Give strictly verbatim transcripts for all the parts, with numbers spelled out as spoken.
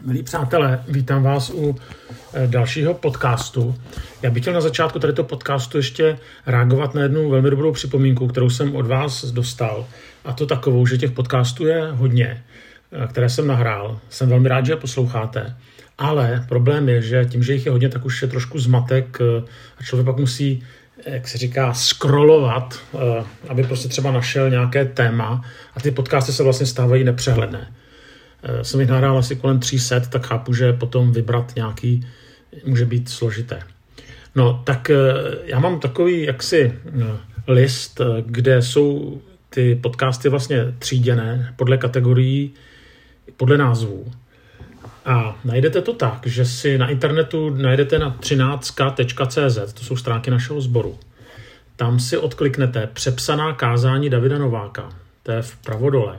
Milí přátelé, vítám vás u dalšího podcastu. Já bych chtěl na začátku tohoto podcastu ještě reagovat na jednu velmi dobrou připomínku, kterou jsem od vás dostal. A to takovou, že těch podcastů je hodně, které jsem nahrál. Jsem velmi rád, že je posloucháte. Ale problém je, že tím, že jich je hodně, tak už je trošku zmatek a člověk pak musí, jak se říká, scrollovat, aby prostě třeba našel nějaké téma a ty podcasty se vlastně stávají nepřehledné. Jsem jich nahrál asi kolem tři sta, tak chápu, že potom vybrat nějaký může být složité. No, tak já mám takový jaksi list, kde jsou ty podcasty vlastně tříděné podle kategorií, podle názvů. A najdete to tak, že si na internetu najdete na třináct tečka cé zet, to jsou stránky našeho sboru. Tam si odkliknete přepsaná kázání Davida Nováka, to je vpravo dole.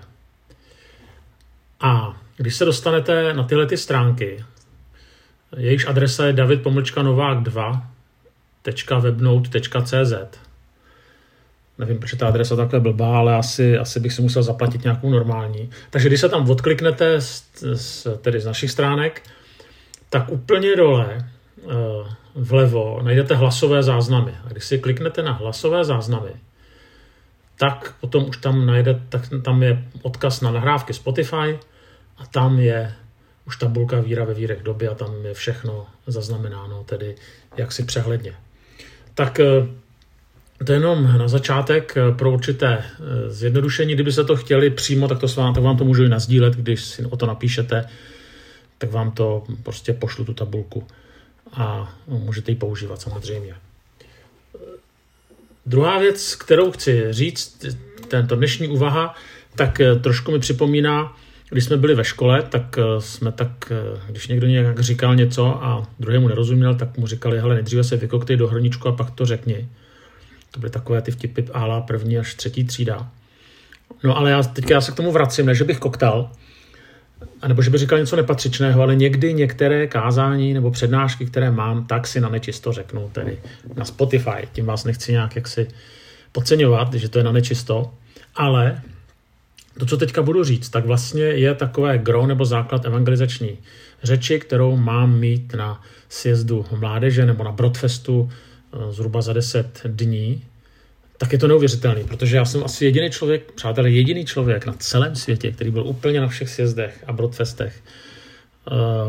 A když se dostanete na tyhle ty stránky, jejichž adresa je david pomlčka novák dva tečka webnote tečka cé zet. Nevím, proč je ta adresa takhle blbá, ale asi, asi bych si musel zaplatit nějakou normální. Takže když se tam odkliknete z, z, tedy z našich stránek, tak úplně dole vlevo najdete hlasové záznamy. A když si kliknete na hlasové záznamy, tak potom už tam najde, tak tam je odkaz na nahrávky Spotify a tam je už tabulka Víra ve vírech doby a tam je všechno zaznamenáno, tedy jaksi přehledně. Tak to je jenom na začátek pro určité zjednodušení. Kdyby se to chtěli přímo, tak, to s vám, tak vám to můžu i nasdílet, když si o to napíšete, tak vám to prostě pošlu tu tabulku a můžete ji používat samozřejmě. Druhá věc, kterou chci říct, tento dnešní úvaha, tak trošku mi připomíná, když jsme byli ve škole, tak jsme tak, když někdo nějak říkal něco a druhému nerozuměl, tak mu říkali, hele, nejdříve se vykoktej do hrníčku a pak to řekni. To byly takové ty vtipy ála první až třetí třída. No ale já teďka já se k tomu vracím, ne, že bych koktal, anebo že bych říkal něco nepatřičného, ale někdy některé kázání nebo přednášky, které mám, tak si na nečisto řeknu, tedy na Spotify. Tím vás nechci nějak jaksi podceňovat, že to je na nečisto, ale to, co teďka budu říct, tak vlastně je takové gro nebo základ evangelizační řeči, kterou mám mít na sjezdu mládeže nebo na Broadfestu zhruba za deset dní. Tak je to neuvěřitelný, protože já jsem asi jediný člověk, přátelé, jediný člověk na celém světě, který byl úplně na všech sjezdech a Broadfestech uh,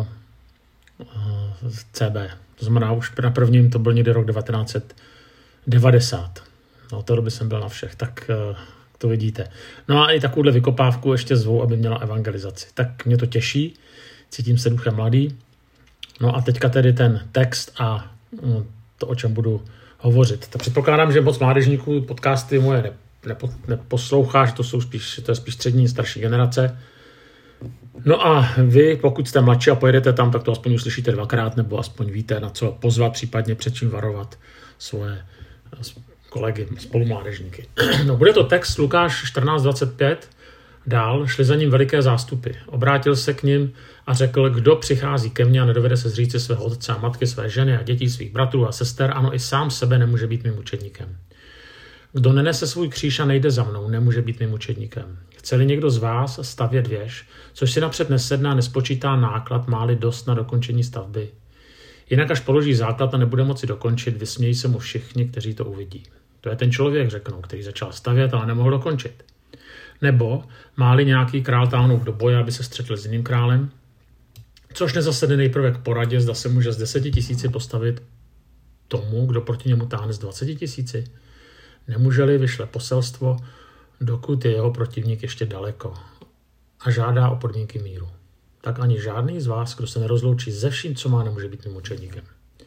uh, C B. To znamená, už na prvním to byl někdy rok devatenáct set devadesát. No, to doby jsem byl na všech, tak uh, to vidíte. No a i takovouhle vykopávku ještě zvou, aby měla evangelizaci. Tak mě to těší, cítím se duchem mladý. No a teďka tedy ten text a uh, to, o čem budu hovořit. Tak předpokládám, že moc mládežníků podcasty moje ne, nepo, neposlouchá, že to jsou spíš, to je spíš střední, starší generace. No a vy, pokud jste mladší a pojedete tam, tak to aspoň uslyšíte dvakrát, nebo aspoň víte, na co pozvat, případně před čím varovat svoje kolegy, spolumládežníky. No, bude to text Lukáš čtrnáct dvacet pět. Dál šli za ním veliké zástupy. Obrátil se k nim a řekl, kdo přichází ke mně a nedovede se zříci svého otce a matky, své ženy a dětí, svých bratrů a sester, ano, i sám sebe nemůže být mým učedníkem. Kdo nenese svůj kříž a nejde za mnou, nemůže být mým učedníkem. Chce-li někdo z vás stavět věž, což si napřed nesedná, nespočítá náklad, má-li dost na dokončení stavby. Jinak až položí základ a nebude moci dokončit, vysmějí se mu všichni, kteří to uvidí. To je ten člověk, řeknou, který začal stavět, ale nemohl dokončit. Nebo má-li nějaký král táhnout do boje, aby se střetl s jiným králem, což nezasede nejprve k poradě, zda se může z deseti tisíci postavit tomu, kdo proti němu táhne z dvaceti tisíci. Nemůže-li vyšle poselstvo, dokud je jeho protivník ještě daleko a žádá o podmínky míru. Tak ani žádný z vás, kdo se nerozloučí ze vším, co má, nemůže být mým učedníkem.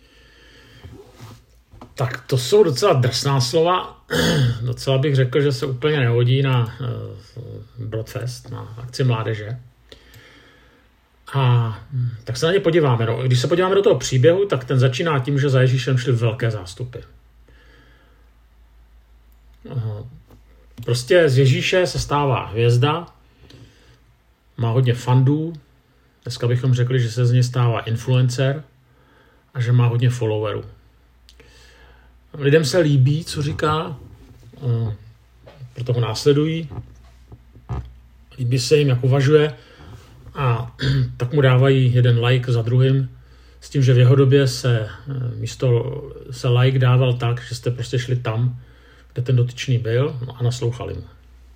Tak to jsou docela drsná slova. Docela bych řekl, že se úplně nehodí na uh, Broadfest, na akci mládeže. A tak se na ně podíváme. No. Když se podíváme do toho příběhu, tak ten začíná tím, že za Ježíšem šly velké zástupy. Uh, prostě z Ježíše se stává hvězda, má hodně fandů, dneska bychom řekli, že se z něj stává influencer a že má hodně followerů. Lidem se líbí, co říká, proto ho následují, líbí se jim, jak uvažuje a tak mu dávají jeden like za druhým, s tím, že v jeho době se místo se like dával tak, že jste prostě šli tam, kde ten dotyčný byl, no a naslouchali mu.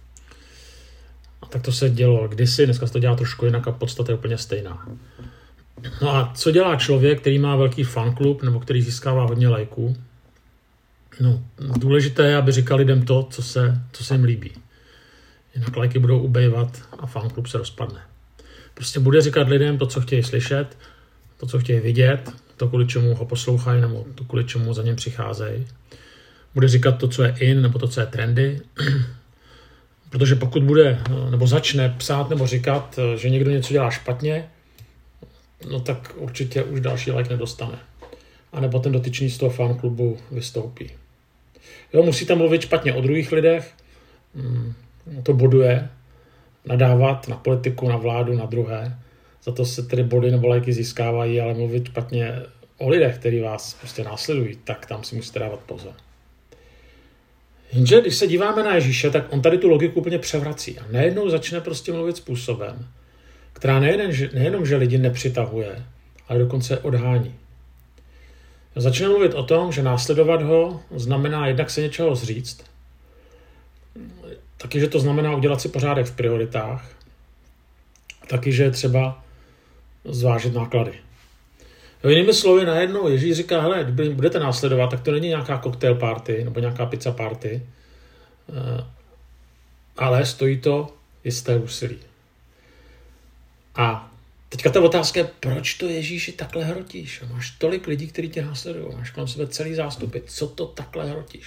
A tak to se dělo kdysi, dneska se to dělá trošku jinak a podstata je úplně stejná. No a co dělá člověk, který má velký fanklub nebo který získává hodně lajků? No, důležité je, aby říkal lidem to, co se, co se jim líbí. Jinak lajky budou ubejvat a fanklub se rozpadne. Prostě bude říkat lidem to, co chtějí slyšet, to, co chtějí vidět, to, kvůli čemu ho poslouchají, nebo to, kvůli čemu za něm přicházejí. Bude říkat to, co je in, nebo to, co je trendy. Protože pokud bude, nebo začne psát nebo říkat, že někdo něco dělá špatně, no tak určitě už další like nedostane. A nebo ten dotyčný z toho fanklubu vystoupí. Jo, musíte mluvit špatně o druhých lidech, to boduje, nadávat na politiku, na vládu, na druhé. Za to se tedy body nebo lajky získávají, ale mluvit špatně o lidech, kteří vás prostě následují, tak tam si musíte dávat pozor. Jenže když se díváme na Ježíše, tak on tady tu logiku úplně převrací a najednou začne prostě mluvit způsobem, která nejen, nejenom, že lidi nepřitahuje, ale dokonce odhání. Začne mluvit o tom, že následovat ho znamená jednak se něčeho zříct, taky, že to znamená udělat si pořádek v prioritách, taky, že je třeba zvážit náklady. Jo, jinými slovy, najednou Ježíš říká, hele, když budete následovat, tak to není nějaká cocktail party nebo nějaká pizza party, ale stojí to jisté úsilí. A teďka ta otázka je, proč to Ježíši takhle hrotíš? Máš tolik lidí, kteří tě následují, máš kolem sebe celý zástupy, co to takhle hrotíš?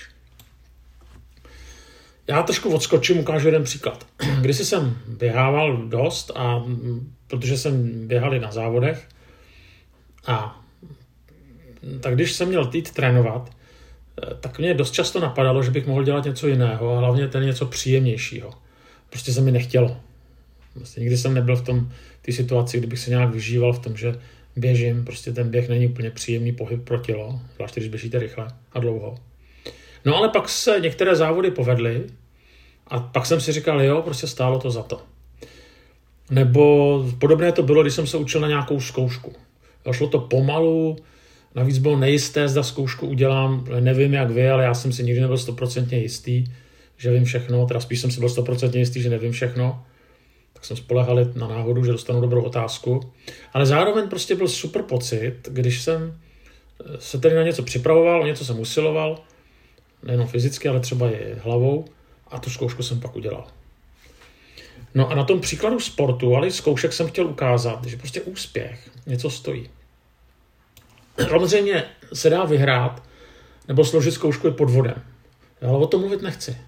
Já trošku odskočím, ukážu jeden příklad. Když jsem běhával dost, a protože jsem běhal i na závodech, a tak když jsem měl jít trénovat, tak mě dost často napadalo, že bych mohl dělat něco jiného a hlavně ten něco příjemnějšího. Prostě se mi nechtělo. Prostě nikdy jsem nebyl v tom té situaci, kdybych se nějak vyžíval v tom, že běžím, prostě ten běh není úplně příjemný pohyb pro tělo, zvláště když běžíte rychle a dlouho. No ale pak se některé závody povedly a pak jsem si říkal, jo, prostě stálo to za to. Nebo podobné to bylo, když jsem se učil na nějakou zkoušku. Šlo to pomalu, navíc bylo nejisté, zda zkoušku udělám, nevím jak vy, ale já jsem si nikdy nebyl stoprocentně jistý, že vím všechno, teda spíš jsem si byl stoprocentně jistý, že nevím všechno, tak jsem spolehal na náhodu, že dostanu dobrou otázku, ale zároveň prostě byl super pocit, když jsem se tedy na něco připravoval, o něco jsem usiloval, nejenom fyzicky, ale třeba i hlavou, a tu zkoušku jsem pak udělal. No a na tom příkladu sportu, ale i zkoušek jsem chtěl ukázat, že prostě úspěch něco stojí. Samozřejmě se dá vyhrát nebo složit zkoušku je podvodem. Ale o tom mluvit nechci.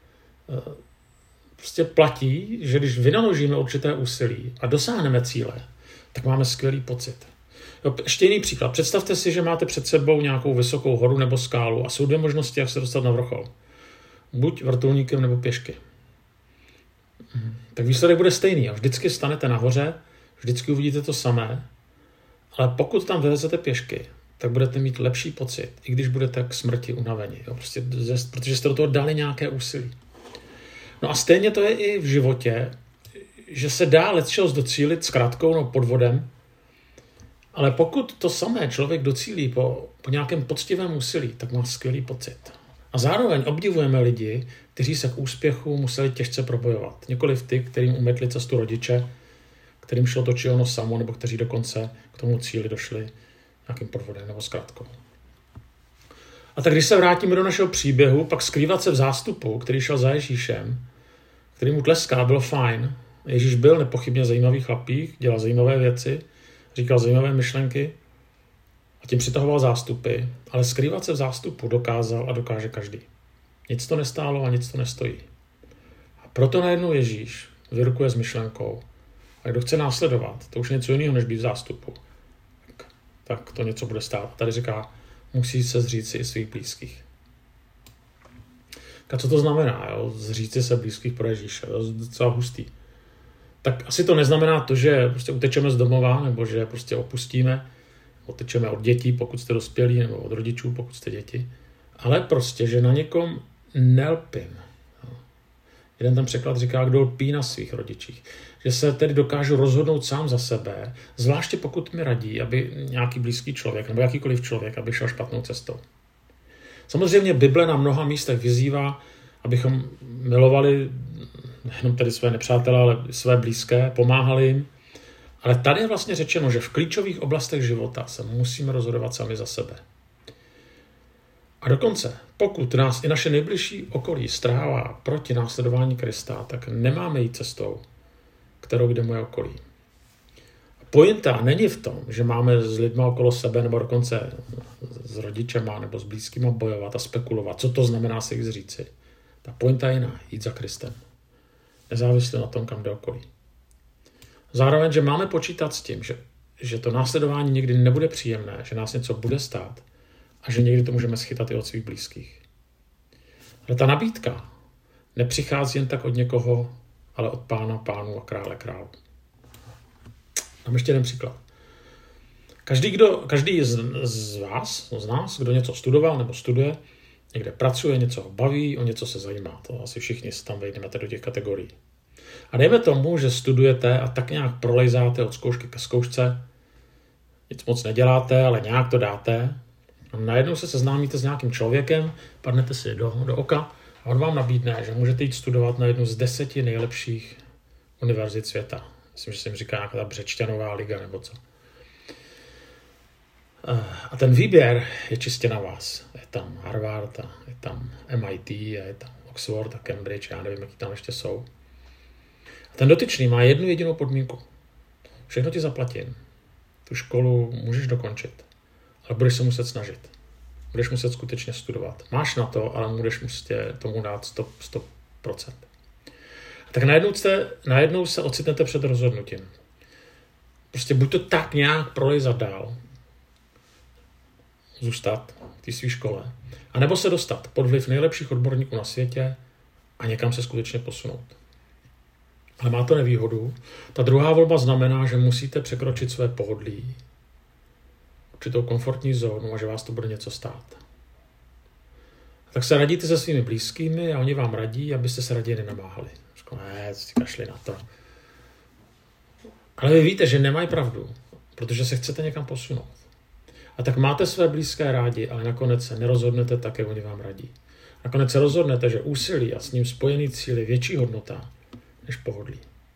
Prostě platí, že když vynaložíme určité úsilí a dosáhneme cíle, tak máme skvělý pocit. Jo, ještě jiný příklad. Představte si, že máte před sebou nějakou vysokou horu nebo skálu a jsou dvě možnosti, jak se dostat na vrchol. Buď vrtulníkem nebo pěšky. Tak výsledek bude stejný a vždycky stanete nahoře, vždycky uvidíte to samé, ale pokud tam vylezete pěšky, tak budete mít lepší pocit, i když budete k smrti unaveni. Jo? Prostě, protože jste do toho dali nějaké úsilí. No a stejně to je i v životě, že se dá lecčeho docílit zkrátkou no podvodem, ale pokud to samé člověk docílí po, po nějakém poctivém úsilí, tak má skvělý pocit. A zároveň obdivujeme lidi, kteří se k úspěchu museli těžce probojovat. Nikoliv ty, kterým umetli cestu rodiče, kterým šlo to či ono samo, nebo kteří dokonce k tomu cíli došli nějakým podvodem nebo zkrátkou. A tak když se vrátíme do našeho příběhu, pak skrývat se v zástupu, který šel za Ježíšem, který mu tleská, bylo fajn. Ježíš byl nepochybně zajímavý chlapík, dělal zajímavé věci, říkal zajímavé myšlenky a tím přitahoval zástupy, ale skrývat se v zástupu dokázal a dokáže každý. Nic to nestálo a nic to nestojí. A proto najednou Ježíš vyrukuje s myšlenkou, a kdo chce následovat, to už je něco jiného, než být v zástupu, tak, tak to něco bude stát. Tady říká, musí se zříct si i svých blízkých. A co to znamená? Jo? Zříct si se blízkých pro Ježíše. To je docela hustý. Tak asi to neznamená to, že prostě utečeme z domova, nebo že prostě opustíme, utečeme od dětí, pokud jste dospělí, nebo od rodičů, pokud jste děti, ale prostě, že na někom nelpím. Jo? Jeden ten překlad říká, kdo lpí na svých rodičích. Že se tedy dokážu rozhodnout sám za sebe, zvláště pokud mi radí, aby nějaký blízký člověk nebo jakýkoliv člověk, aby šel špatnou cestou. Samozřejmě Bible na mnoha místech vyzývá, abychom milovali nejenom tedy své nepřátele, ale své blízké, pomáhali jim. Ale tady je vlastně řečeno, že v klíčových oblastech života se musíme rozhodovat sami za sebe. A dokonce, pokud nás i naše nejbližší okolí strhává proti následování Krista, tak nemáme jít cestou, kterou jde moje okolí. Pointa není v tom, že máme s lidmi okolo sebe nebo dokonce s rodičema nebo s blízkýma bojovat a spekulovat, co to znamená se jich zříci. Ta pointa je jiná, jít za Kristem. Nezávisle na tom, kam jde okolí. Zároveň, že máme počítat s tím, že, že to následování někdy nebude příjemné, že nás něco bude stát a že někdy to můžeme schytat i od svých blízkých. Ale ta nabídka nepřichází jen tak od někoho, ale od Pána, Pánů a Krále králů. Dám ještě jeden příklad. Každý, kdo, každý z, z vás, z nás, kdo něco studoval nebo studuje, někde pracuje, něco ho baví, o něco se zajímá. To asi všichni se tam vejdeme do těch kategorií. A dejme tomu, že studujete a tak nějak prolejzáte od zkoušky ke zkoušce, nic moc neděláte, ale nějak to dáte. A najednou se seznámíte s nějakým člověkem, padnete si do, do oka a on vám nabídne, že můžete jít studovat na jednu z deseti nejlepších univerzit světa. Myslím, že se jim říká nějaká ta Břečťanová liga nebo co. A ten výběr je čistě na vás. Je tam Harvard, a je tam M I T, a je tam Oxford a Cambridge, já nevím, jaký tam ještě jsou. A ten dotyčný má jednu jedinou podmínku. Všechno ti zaplatím. Tu školu můžeš dokončit, ale budeš se muset snažit. Budeš muset skutečně studovat. Máš na to, ale budeš muset tomu dát sto procent. A tak najednou, jste, najednou se ocitnete před rozhodnutím. Prostě buď to tak nějak prolejzat dál, zůstat v té své škole, anebo se dostat pod vliv nejlepších odborníků na světě a někam se skutečně posunout. Ale má to nevýhodu. Ta druhá volba znamená, že musíte překročit své pohodlí, určitou komfortní zónu a že vás to bude něco stát. A tak se radíte se svými blízkými a oni vám radí, abyste se raději nenamáhali. Řekl, ne, si kašli na to. Ale vy víte, že nemají pravdu, protože se chcete někam posunout. A tak máte své blízké rádi, ale nakonec se nerozhodnete tak, jak oni vám radí. Nakonec se rozhodnete, že úsilí a s ním spojený cíl je větší hodnota než pohodlí.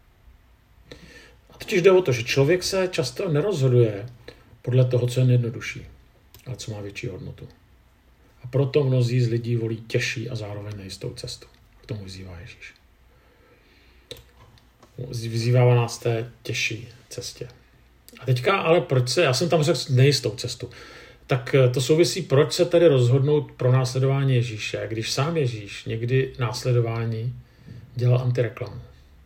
A totiž jde o to, že člověk se často nerozhoduje podle toho, co je nejjednodušší, ale co má větší hodnotu. A proto mnozí z lidí volí těžší a zároveň nejistou cestu. K tomu vyzývá Ježíš. Vyzývá nás té těžší cestě. A teďka, ale proč se, já jsem tam řekl nejistou cestu, tak to souvisí, proč se tedy rozhodnout pro následování Ježíše, když sám Ježíš někdy následování dělal antireklamu.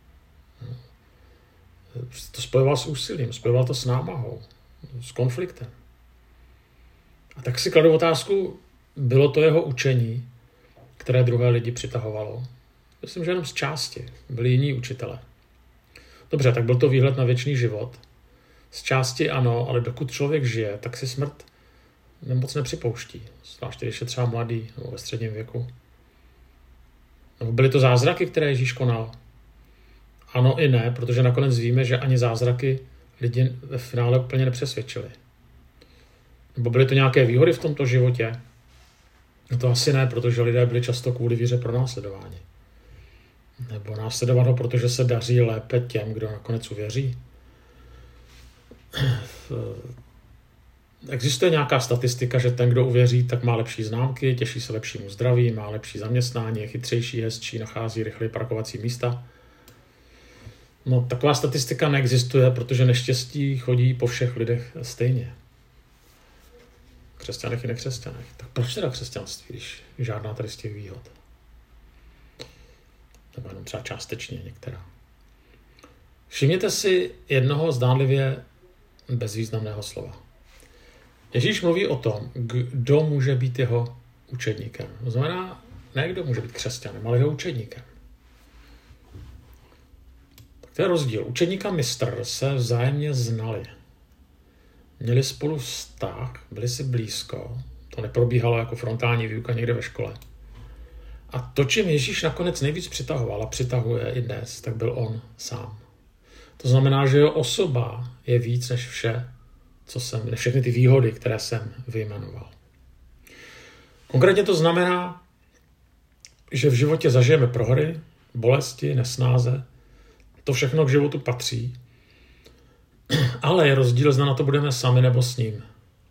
To spojoval s úsilím, spojoval to s námahou, s konfliktem. A tak si kladu otázku, bylo to jeho učení, které druhé lidi přitahovalo? Myslím, že jenom z části. Byli jiní učitelé. Dobře, tak byl to výhled na věčný život. Z části ano, ale dokud člověk žije, tak si smrt moc nepřipouští. Zvláště, když je třeba mladý nebo ve středním věku. Nebo byly to zázraky, které Ježíš konal? Ano i ne, protože nakonec víme, že ani zázraky lidi ve finále úplně nepřesvědčili. Nebo byly to nějaké výhody v tomto životě? No to asi ne, protože lidé byli často kvůli víře pronásledováni. Nebo následovat ho, protože se daří lépe těm, kdo nakonec uvěří. Existuje nějaká statistika, že ten, kdo uvěří, tak má lepší známky, těší se lepšímu zdraví, má lepší zaměstnání, je chytřejší, hezčí, nachází rychleji parkovací místa. No, taková statistika neexistuje, protože neštěstí chodí po všech lidech stejně. Křesťanech i nekřesťanech. Tak proč teda křesťanství, když žádná tady z těch výhod? Nebo jenom třeba částečně některá. Všimněte si jednoho zdánlivě bezvýznamného slova. Ježíš mluví o tom, kdo může být jeho učedníkem. To znamená, ne kdo může být křesťanem, ale jeho učedníkem. Tak to je rozdíl. Učedník a mistr se vzájemně znali. Měli spolu vztah, byli si blízko. To neprobíhalo jako frontální výuka někde ve škole. A to, čím Ježíš nakonec nejvíc přitahoval a přitahuje i dnes, tak byl on sám. To znamená, že jeho osoba je víc než vše, co jsem, než všechny ty výhody, které jsem vyjmenoval. Konkrétně to znamená, že v životě zažijeme prohry, bolesti, nesnáze. To všechno k životu patří. Ale je rozdíl, zda na to budeme sami nebo s ním.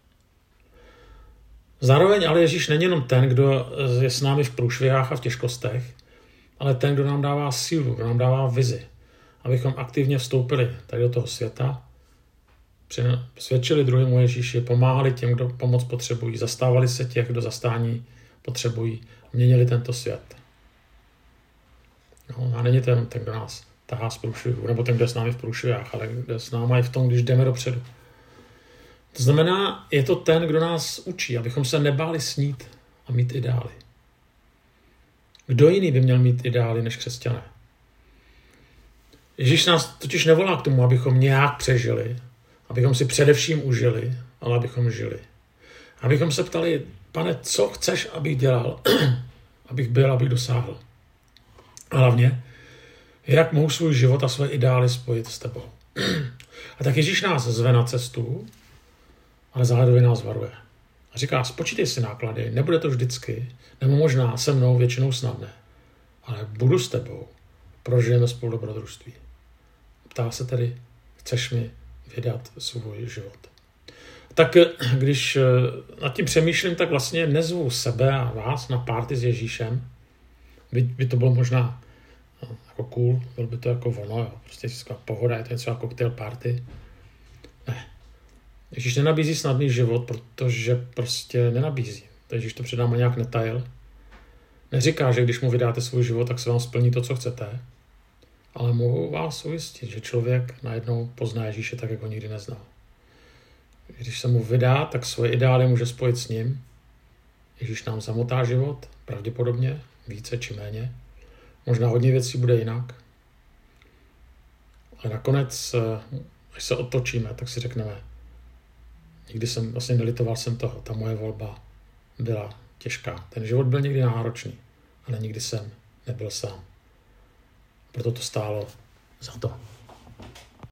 Zároveň ale Ježíš není jenom ten, kdo je s námi v průšvihách a v těžkostech, ale ten, kdo nám dává sílu, kdo nám dává vizi, abychom aktivně vstoupili tady do toho světa, svědčili druhým o Ježíši, pomáhali těm, kdo pomoc potřebují, zastávali se těch, kdo zastání potřebují, měnili tento svět. No, a není to jenom ten, kdo nás tahá z průšvihu, nebo ten, kdo je s námi v průšvihách, ale kdo je s námi i v tom, když jdeme dopředu. To znamená, je to ten, kdo nás učí, abychom se nebáli snít a mít ideály. Kdo jiný by měl mít ideály než křesťané? Ježíš nás totiž nevolá k tomu, abychom nějak přežili, abychom si především užili, ale abychom žili. Abychom se ptali, Pane, co chceš, abych dělal, abych byl, abych dosáhl. A hlavně, jak mohu svůj život a své ideály spojit s tebou. A tak Ježíš nás zve na cestu, ale zároveň nás varuje. A říká, spočítej si náklady, nebude to vždycky, nebo možná se mnou většinou snadné, ale budu s tebou, prožijeme spolu dobrodružství. Ptá se tedy, chceš mi vydat svůj život. Tak když nad tím přemýšlím, tak vlastně nezvu sebe a vás na party s Ježíšem. By, by to bylo možná no, jako cool, bylo by to jako ono, jo. Prostě taková pohoda, je to něco jako cocktail party. Ne. Ježíš nenabízí snadný život, protože prostě nenabízí. Ježíš to před náma nějak netajil. Neříká, že když mu vydáte svůj život, tak se vám splní to, co chcete. Ale mohu vás ujistit, že člověk najednou pozná Ježíše tak, jak ho nikdy neznal. Když se mu vydá, tak svoje ideály může spojit s ním. Ježíš nám zamotá život, pravděpodobně, více či méně. Možná hodně věcí bude jinak. Ale nakonec, až se otočíme, tak si řekneme, nikdy jsem, vlastně nelitoval jsem toho, ta moje volba byla těžká. Ten život byl někdy náročný, ale nikdy jsem nebyl sám. Proto to stálo za to.